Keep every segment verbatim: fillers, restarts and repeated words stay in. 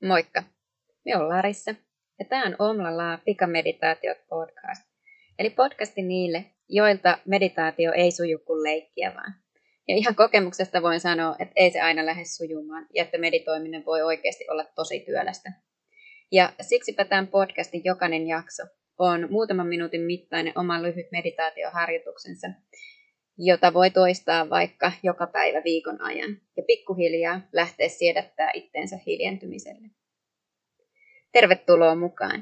Moikka! Me on Larissa ja tämä on Omlalaa Pikameditaatiot podcast. Eli podcasti niille, joilta meditaatio ei suju kuin leikkiä vaan. Ja ihan kokemuksesta voin sanoa, että ei se aina lähde sujumaan ja että meditoiminen voi oikeasti olla tosi työlästä. Ja siksipä tämän podcastin jokainen jakso on muutaman minuutin mittainen oma lyhyt meditaatioharjoituksensa, jota voi toistaa vaikka joka päivä viikon ajan ja pikkuhiljaa lähteä siedättää itteensä hiljentymiselle. Tervetuloa mukaan!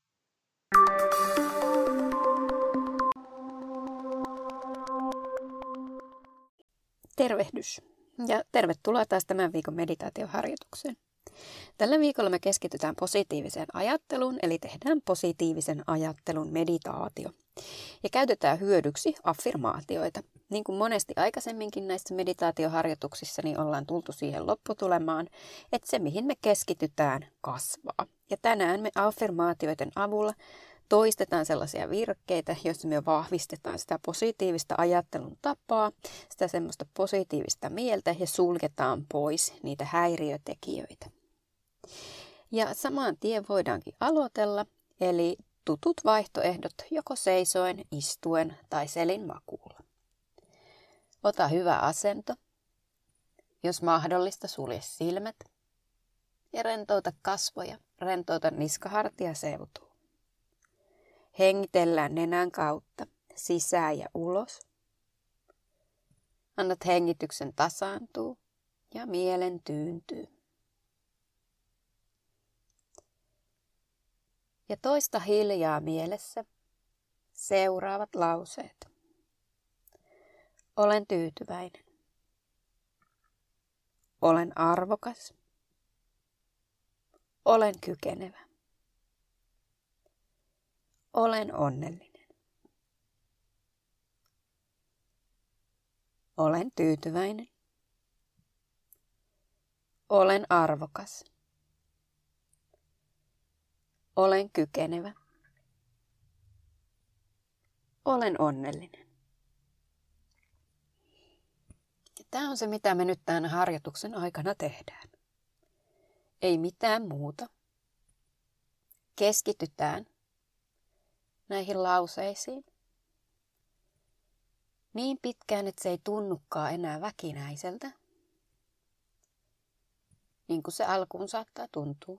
Tervehdys ja tervetuloa taas tämän viikon meditaatioharjoitukseen. Tällä viikolla me keskitytään positiiviseen ajatteluun, eli tehdään positiivisen ajattelun meditaatio. Ja käytetään hyödyksi affirmaatioita. Niin kuin monesti aikaisemminkin näissä meditaatioharjoituksissa, niin ollaan tultu siihen lopputulemaan, että se mihin me keskitytään kasvaa. Ja tänään me affirmaatioiden avulla toistetaan sellaisia virkkeitä, joissa me vahvistetaan sitä positiivista ajattelun tapaa, sitä semmoista positiivista mieltä ja suljetaan pois niitä häiriötekijöitä. Ja samaan tien voidaankin aloitella, eli tutut vaihtoehdot joko seisoen, istuen tai selin makuulla. Ota hyvä asento, jos mahdollista sulje silmät ja rentouta kasvoja, rentouta niskahartia seutuu. Hengitellään nenän kautta sisään ja ulos. Annat hengityksen tasaantua ja mielen tyyntyy. Ja toista hiljaa mielessä seuraavat lauseet. Olen tyytyväinen. Olen arvokas. Olen kykenevä. Olen onnellinen. Olen tyytyväinen. Olen arvokas. Olen kykenevä. Olen onnellinen. Ja tämä on se, mitä me nyt tämän harjoituksen aikana tehdään. Ei mitään muuta. Keskitytään näihin lauseisiin niin pitkään, että se ei tunnukaan enää väkinäiseltä, niin kuin se alkuun saattaa tuntua.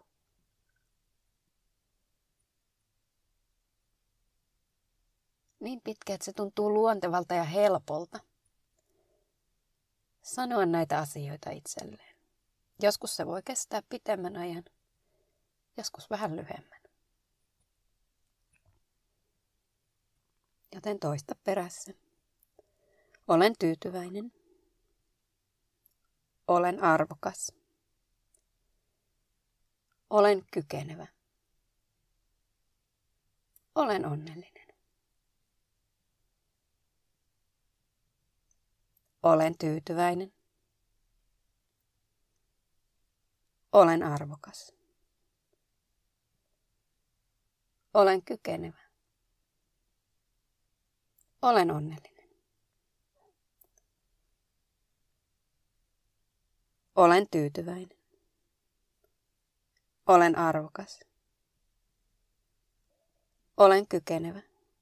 Niin pitkään, että se tuntuu luontevalta ja helpolta sanoa näitä asioita itselleen. Joskus se voi kestää pitemmän ajan, joskus vähän lyhyemmän. Joten toista perässä. Olen tyytyväinen. Olen arvokas. Olen kykenevä. Olen onnellinen. Olen tyytyväinen. Olen arvokas. Olen kykenevä. Olen onnellinen. Olen tyytyväinen. Olen arvokas. Olen kykenevä.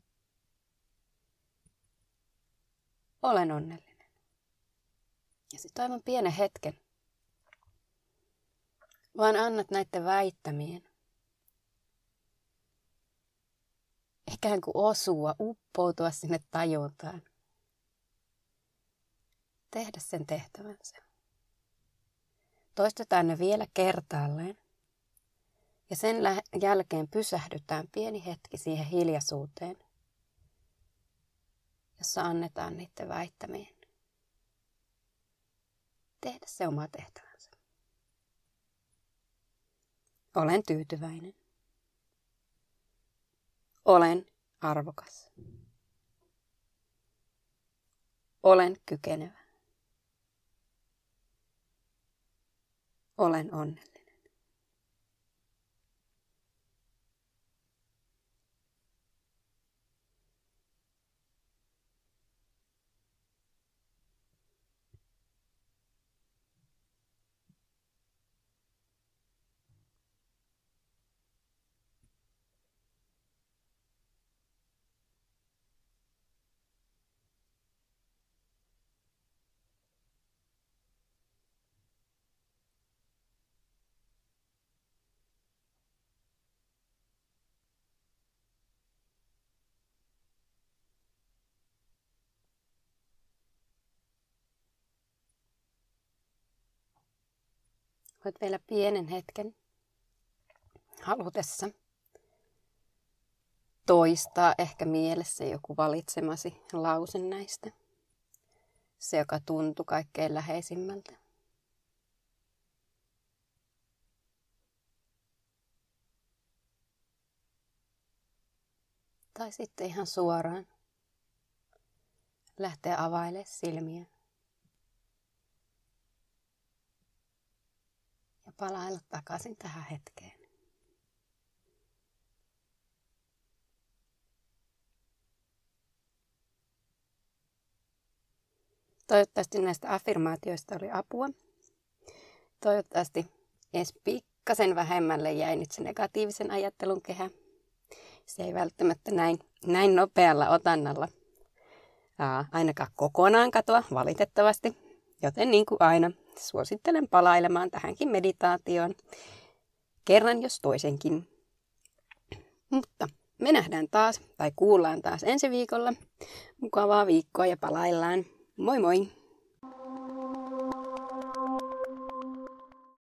Olen onnellinen. Ja sitten aivan pienen hetken vaan annat näiden väittämien ikään kuin osua, uppoutua sinne tajuntaan. Tehdä sen tehtävänsä. Toistetaan ne vielä kertaalleen. Ja sen jälkeen pysähdytään pieni hetki siihen hiljaisuuteen, jossa annetaan niiden väittämien tehdä se oma tehtävänsä. Olen tyytyväinen. Olen arvokas. Olen kykenevä. Olen onnellinen. Voit vielä pienen hetken halutessa toistaa ehkä mielessä joku valitsemasi lause näistä. Se, joka tuntui kaikkein läheisimmältä. Tai sitten ihan suoraan lähteä availemaan silmiä. Ja palailla takaisin tähän hetkeen. Toivottavasti näistä affirmaatioista oli apua. Toivottavasti edes pikkasen vähemmälle jäi nyt se negatiivisen ajattelun kehä. Se ei välttämättä näin, näin nopealla otannalla aa, ainakaan kokonaan katoa, valitettavasti. Joten niin kuin aina, suosittelen palailemaan tähänkin meditaatioon kerran jos toisenkin. Mutta me nähdään taas tai kuullaan taas ensi viikolla. Mukavaa viikkoa ja palaillaan. Moi moi!